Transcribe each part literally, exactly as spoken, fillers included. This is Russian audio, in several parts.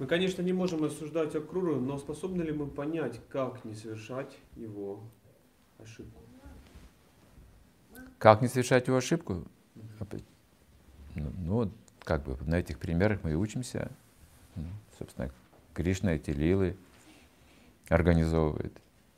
Мы, конечно, не можем осуждать Акруру, но способны ли мы понять, как не совершать его ошибку? Как не совершать его ошибку? Ну, ну, как бы на этих примерах мы и учимся. Ну, собственно, Кришна эти лилы организовывает.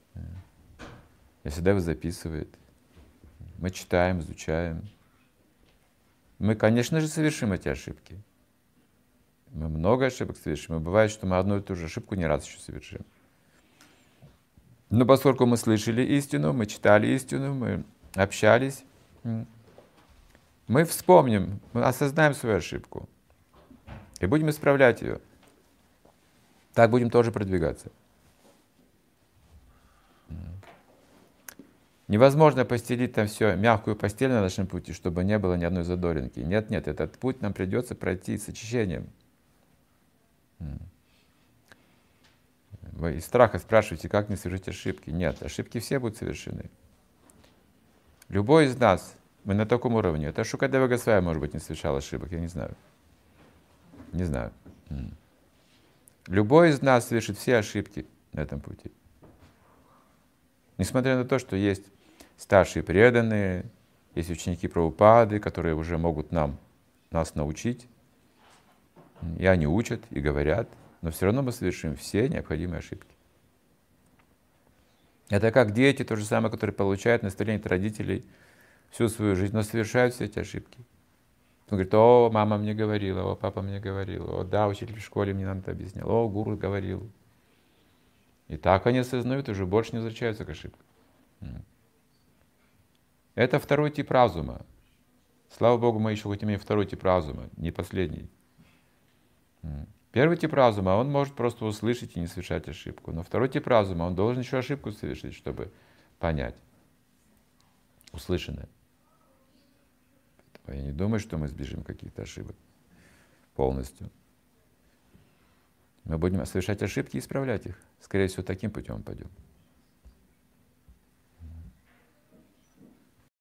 И всегда его записывает. Мы читаем, изучаем. Мы, конечно же, совершим эти ошибки. Мы много ошибок совершим. И бывает, что мы одну и ту же ошибку не раз еще совершим. Но поскольку мы слышали истину, мы читали истину, мы общались, мы вспомним, мы осознаем свою ошибку и будем исправлять ее. Так будем тоже продвигаться. Невозможно постелить там все, мягкую постель на нашем пути, чтобы не было ни одной задоринки. Нет, нет, этот путь нам придется пройти с очищением. Вы из страха спрашиваете, как не совершить ошибки. Нет, ошибки все будут совершены. Любой из нас, мы на таком уровне. Это Шукадева Госвами, может быть, не совершал ошибок, я не знаю. Не знаю. Любой из нас совершит все ошибки на этом пути. Несмотря на то, что есть старшие преданные, есть ученики Прабхупады, которые уже могут нам, нас научить. И они учат, и говорят, но все равно мы совершим все необходимые ошибки. Это как дети, то же самое, которые получают наставление от родителей всю свою жизнь, но совершают все эти ошибки. Он говорит: о, мама мне говорила, о, папа мне говорил, о, да, учитель в школе мне нам это объяснял, о, гуру говорил. И так они осознают, и уже больше не возвращаются к ошибкам. Это второй тип разума. Слава Богу, мы еще хоть имеем второй тип разума, не последний. Первый тип разума, он может просто услышать и не совершать ошибку. Но второй тип разума, он должен еще ошибку совершить, чтобы понять услышанное. Я не думаю, что мы избежим каких-то ошибок полностью. Мы будем совершать ошибки и исправлять их. Скорее всего, таким путем пойдем.